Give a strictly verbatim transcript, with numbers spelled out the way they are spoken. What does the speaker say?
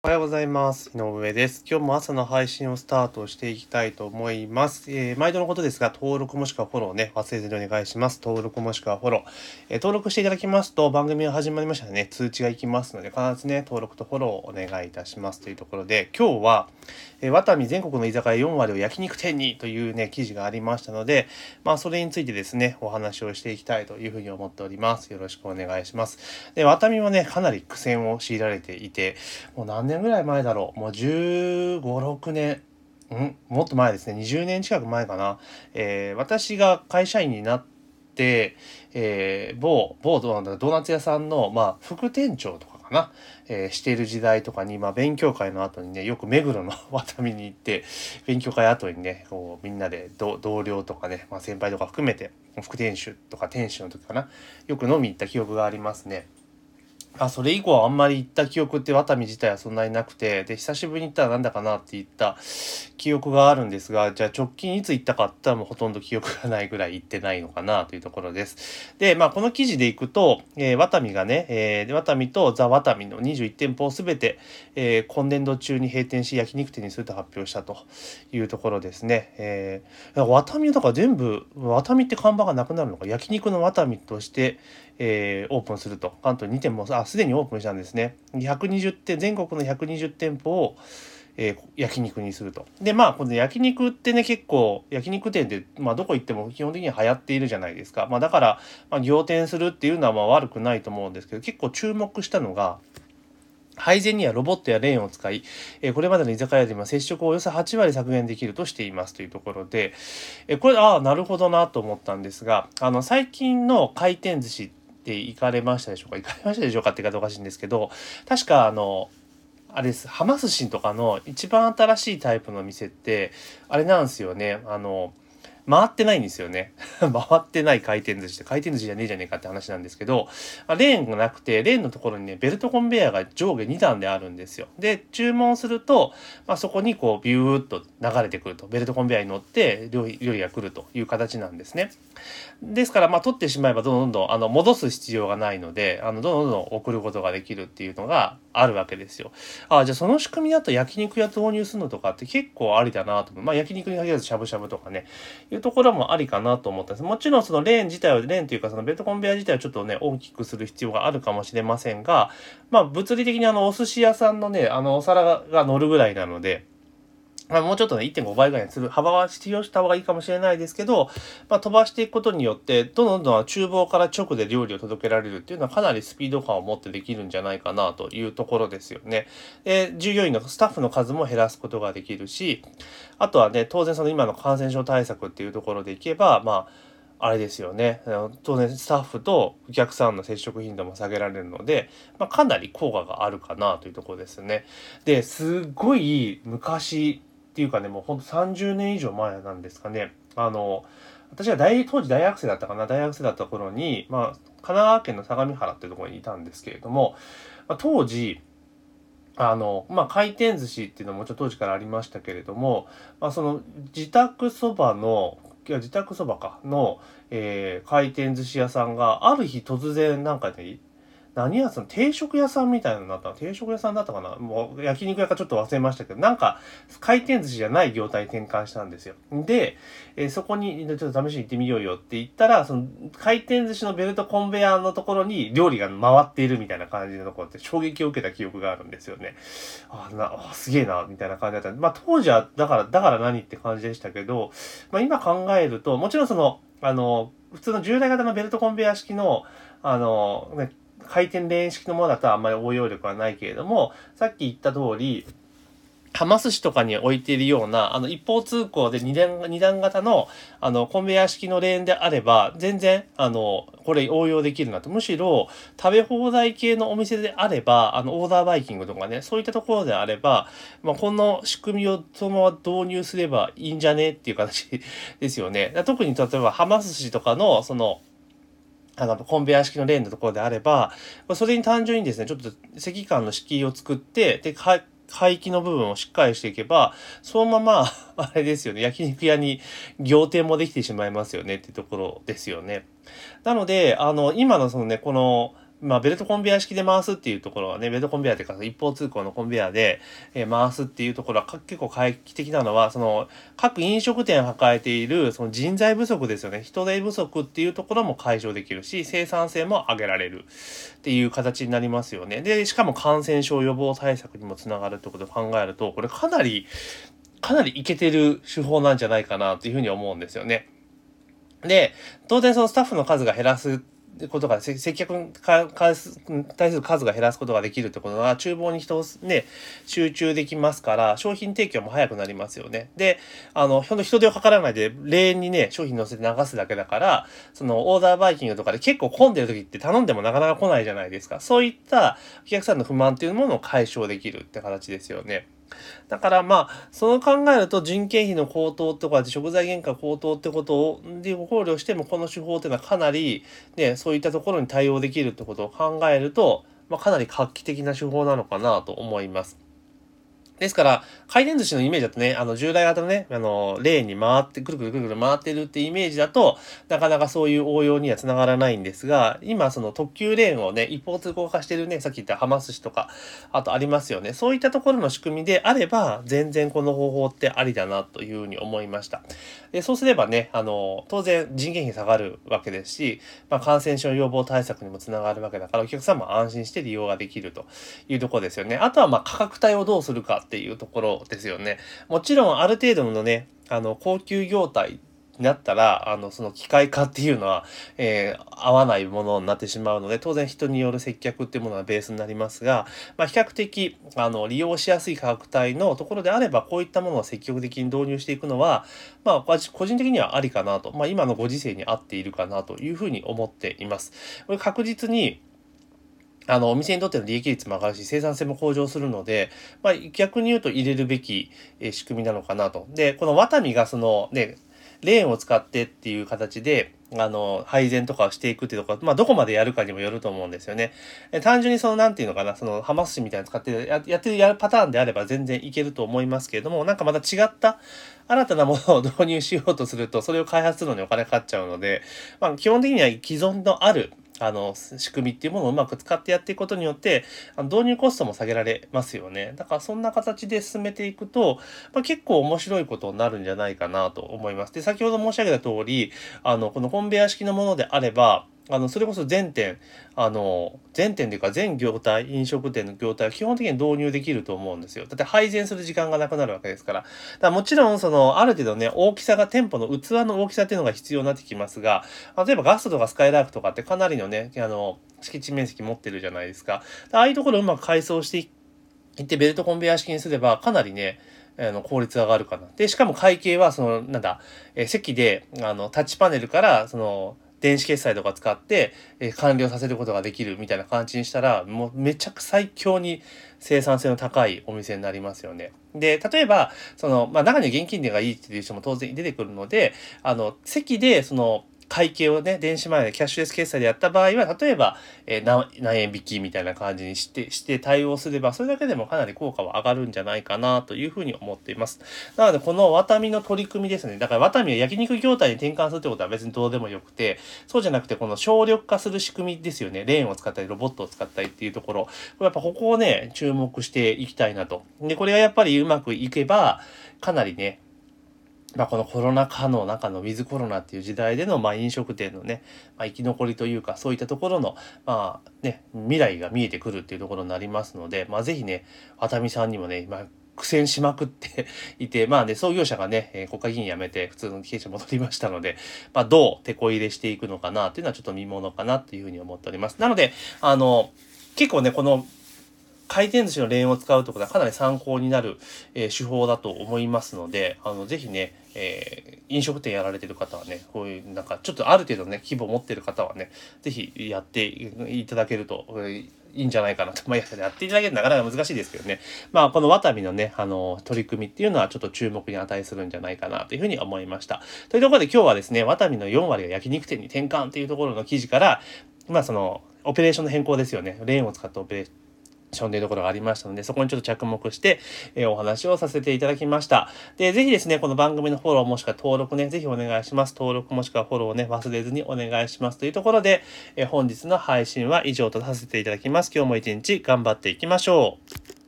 おはようございます。井上です。今日も朝の配信をスタートしていきたいと思います。えー毎度のことですが、登録もしくはフォローをね、忘れずにお願いします。登録もしくはフォロー。えー登録していただきますと、番組が始まりましたらね、通知がいきますので、必ずね、登録とフォローをお願いいたしますというところで、今日は、えー、ワタミ全国の居酒屋よん割を焼肉店にというね、記事がありましたので、まあ、それについてですね、お話をしていきたいというふうに思っております。よろしくお願いします。で、ワタミはね、かなり苦戦を強いられていて、もう何年ぐらい前だろう。もうじゅうご、ろくねん、んもっと前ですね。にじゅうねん近く前かな。えー私が会社員になって、えー某、某ドーナドーナツ屋さんの、まあ、副店長とかかな、えーしている時代とかに、まあ、勉強会の後にね、よく目黒のワタミに行って、勉強会後にね、こう、みんなで同同僚とかね、まあ、先輩とか含めて、副店主とか店主の時かな、よく飲み行った記憶がありますね。あ、それ以降あんまり行った記憶ってワタミ自体はそんなになくて、で、久しぶりに行ったらなんだかなって言った記憶があるんですが、じゃあ直近いつ行ったかって言ったらもうほとんど記憶がないぐらい行ってないのかなというところです。で、まあこの記事でいくと、えーワタミがね、えーでワタミとザ・ワタミのにじゅういち店舗をすべて、えー今年度中に閉店し焼肉店にすると発表したというところですね。えー、ワタミはだから全部、ワタミって看板がなくなるのか、焼肉のワタミとして、えーオープンすると。関東に店も、あ、すでにオープンしたんですね。ひゃくにじゅう店、全国のひゃくにじゅう店舗を、えー焼肉にすると。で、まあ、この焼肉ってね、結構、焼肉店って、まあ、どこ行っても基本的には流行っているじゃないですか。まあ、だから、まあ、仰天するっていうのはまあ悪くないと思うんですけど、結構注目したのが、配膳にはロボットやレーンを使い、えーこれまでの居酒屋で今接触をおよそはち割削減できるとしていますというところで、えーこれ、ああ、なるほどなと思ったんですが、あの、最近の回転寿司って行かれましたでしょうか？行かれましたでしょうかって言い方おかしいんですけど、確かあの、あれです、はま寿司とかの一番新しいタイプの店って、あれなんですよね。あの、回ってないんですよね。回ってない回転寿司って回転寿司じゃねえじゃねえかって話なんですけど、まあレーンがなくて、レーンのところにね、ベルトコンベヤーが上下に段であるんですよ。で、注文すると、まあ、そこにこうビューッと流れてくると。ベルトコンベヤーに乗って料理料理が来るという形なんですね。ですから、まあ、取ってしまえばどんどんどんどんあの戻す必要がないので、あのどんどんどん送ることができるっていうのがあるわけですよ。あ、じゃあその仕組みだと焼肉屋導入するのとかって結構ありだなと思う。まあ、焼肉に限らずしゃぶしゃぶとかね、いうところもありかなと思ったんです。もちろんそのレーン自体は、レーンというかそのベルトコンベヤー自体はちょっとね、大きくする必要があるかもしれませんが、まあ、物理的にあのお寿司屋さんのね、あのお皿が乗るぐらいなので、まあ、もうちょっとね、いってんごばいぐらいにする幅は必要した方がいいかもしれないですけど、まあ、飛ばしていくことによって、どんどんどんどん厨房から直で料理を届けられるっていうのはかなりスピード感を持ってできるんじゃないかなというところですよね。で、従業員のスタッフの数も減らすことができるし、あとはね、当然その今の感染症対策っていうところでいけば、まあ、あれですよね。当然スタッフとお客さんの接触頻度も下げられるので、まあ、かなり効果があるかなというところですね。で、すっごい昔、っていうかね、もうほんとさんじゅうねん以上前なんですかね。あの、私が大、当時大学生だったかな、大学生だった頃に、まあ、神奈川県の相模原っていうところにいたんですけれども、まあ、当時、あの、まあ、回転寿司っていうのももちろん当時からありましたけれども、まあ、その自宅そばの、いや、自宅そばかの、えー回転寿司屋さんがある日突然なんかね、何屋さん、定食屋さんみたいなのになったの、定食屋さんだったかな、もう焼肉屋かちょっと忘れましたけど、なんか回転寿司じゃない業態に転換したんですよ。で、えーそこにちょっと試しに行ってみようよって言ったら、その回転寿司のベルトコンベヤーのところに料理が回っているみたいな感じのところって衝撃を受けた記憶があるんですよね。あなあ、すげえな、みたいな感じだった。まあ当時は、だから、だから何って感じでしたけど、まあ今考えると、もちろんその、あの、普通の従来型のベルトコンベヤー式の、あの、ね、回転レーン式のものだとあんまり応用力はないけれども、さっき言った通り、はま寿司とかに置いているような、あの、一方通行で二段、二段型の、あの、コンベヤー式のレーンであれば、全然、あの、これ応用できるなと。むしろ、食べ放題系のお店であれば、あの、オーダーバイキングとかね、そういったところであれば、まあ、この仕組みをそのまま導入すればいいんじゃねっていう形ですよね。特に例えば、はま寿司とかの、その、あの、コンベヤー式のレーンのところであれば、それに単純にですね、ちょっと赤間の敷居を作って、で、か排気の部分をしっかりしていけば、そのまま、あれですよね、焼肉屋に仰天もできてしまいますよねっていうところですよね。なので、あの、今のそのね、この、 まあ、ベルトコンベヤー式で回すっていうところはね、ベルトコンベヤーっていうか、一方通行のコンベヤーで、えー回すっていうところは結構画期的なのは、その、各飲食店を抱えている、その人材不足ですよね。人手不足っていうところも解消できるし、生産性も上げられるっていう形になりますよね。で、しかも感染症予防対策にもつながるってことを考えると、これかなり、かなりイケてる手法なんじゃないかなというふうに思うんですよね。で、当然そのスタッフの数が減らすことが、せ接客にか対する数が減らすことができるってことは、厨房に人をね、集中できますから、商品提供も早くなりますよね。で、あの、ほんと人手をかからないで、レーンにね、商品乗せて流すだけだから、そのオーダーバイキングとかで結構混んでる時って頼んでもなかなか来ないじゃないですか。そういったお客さんの不満っていうものを解消できるって形ですよね。だからまあ、そう考えると人件費の高騰とか食材原価高騰ってことをで考慮しても、この手法っていうのはかなりね、そういったところに対応できるってことを考えると、まあ、かなり画期的な手法なのかなと思います。ですから、回転寿司のイメージだとね、あの、従来型のね、あの、レーンに回って、くるくるくるくる回ってるってイメージだと、なかなかそういう応用にはつながらないんですが、今、その特急レーンをね、一方通行化してるね、さっき言ったはま寿司とか、あとありますよね。そういったところの仕組みであれば、全然この方法ってありだなというふうに思いました。で、そうすればね、あの、当然人件費下がるわけですし、まあ、感染症予防対策にもつながるわけだから、お客さんも安心して利用ができるというところですよね。あとは、まあ、価格帯をどうするかっていうところですよね。もちろん、ある程度のね、あの、高級業態になったら、あの、その機械化っていうのは、えー合わないものになってしまうので、当然人による接客っていうものがベースになりますが、まあ、比較的、あの、利用しやすい価格帯のところであれば、こういったものを積極的に導入していくのは、まあ、個人的にはありかなと、まあ、今のご時世に合っているかなというふうに思っています。これ確実に、あの、お店にとっての利益率も上がるし、生産性も向上するので、まあ、逆に言うと入れるべきえー仕組みなのかなと。で、このワタミがそのね、レーンを使ってっていう形で、あの、配膳とかをしていくっていうところ、まあ、どこまでやるかにもよると思うんですよね。え単純にその、なんていうのかな、その、ハマス紙みたいなの使ってや、やってるやるパターンであれば全然いけると思いますけれども、なんかまた違った新たなものを導入しようとすると、それを開発するのにお金かかっちゃうので、まあ、基本的には既存のある、あの、仕組みっていうものをうまく使ってやっていくことによって、あの導入コストも下げられますよね。だからそんな形で進めていくと、まあ、結構面白いことになるんじゃないかなと思います。で、先ほど申し上げた通り、あの、このコンベヤー式のものであれば、あの、それこそ全店、あの、全店というか全業態、飲食店の業態は基本的に導入できると思うんですよ。だって配膳する時間がなくなるわけですから。だからもちろん、その、ある程度ね、大きさが、店舗の器の大きさっていうのが必要になってきますが、例えばガストとかスカイラークとかってかなりのね、あの、敷地面積持ってるじゃないですか。ああいうところをうまく改装していってベルトコンベヤー式にすればかなりね、あの効率上がるかな。で、しかも会計はその、なんだ、えー席で、あの、タッチパネルから、その、電子決済とか使って、えー完了させることができるみたいな感じにしたら、もうめちゃく最強に生産性の高いお店になりますよね。で、例えば、その、まあ、中には現金でがいいっていう人も当然出てくるので、あの、席で、その、会計をね、電子マネーでキャッシュレス決済でやった場合は、例えば、えー何、何円引きみたいな感じにして、して対応すれば、それだけでもかなり効果は上がるんじゃないかなというふうに思っています。なので、このワタミの取り組みですね。だから、ワタミは焼肉業態に転換するってことは別にどうでもよくて、そうじゃなくて、この省力化する仕組みですよね。レーンを使ったり、ロボットを使ったりっていうところ。これやっぱここをね、注目していきたいなと。で、これがやっぱりうまくいけば、かなりね、まあ、このコロナ禍の中のウィズコロナっていう時代での、まあ、飲食店のね、まあ、生き残りというか、そういったところの、まあ、ね、未来が見えてくるっていうところになりますので、まあ、ぜひね、熱海さんにもね、まあ、苦戦しまくっていて、まあね、創業者がね、えー国会議員辞めて普通の経営者戻りましたので、まあ、どう手こ入れしていくのかなっていうのはちょっと見ものかなっていうふうに思っております。なので、あの、結構ね、この回転寿司のレーンを使うということはかなり参考になる、えー手法だと思いますので、あの、ぜひね、えー飲食店やられてる方はね、こういうなんかちょっとある程度ね、規模を持ってる方はね、ぜひやっていただけると、えーいいんじゃないかなと。まあ、やっていただけるとなかなか難しいですけどね。まあ、このワタミのね、あの、取り組みっていうのはちょっと注目に値するんじゃないかなというふうに思いました。というところで今日はですね、ワタミのよん割が焼肉店に転換っていうところの記事から、まあ、その、オペレーションの変更ですよね。レーンを使ったオペレーションションというところがありましたので、そこにちょっと着目して、えーお話をさせていただきました。で、ぜひですね、この番組のフォローもしくは登録ね、ぜひお願いします。登録もしくはフォローをね、忘れずにお願いします。というところで、えー本日の配信は以上とさせていただきます。今日も一日頑張っていきましょう。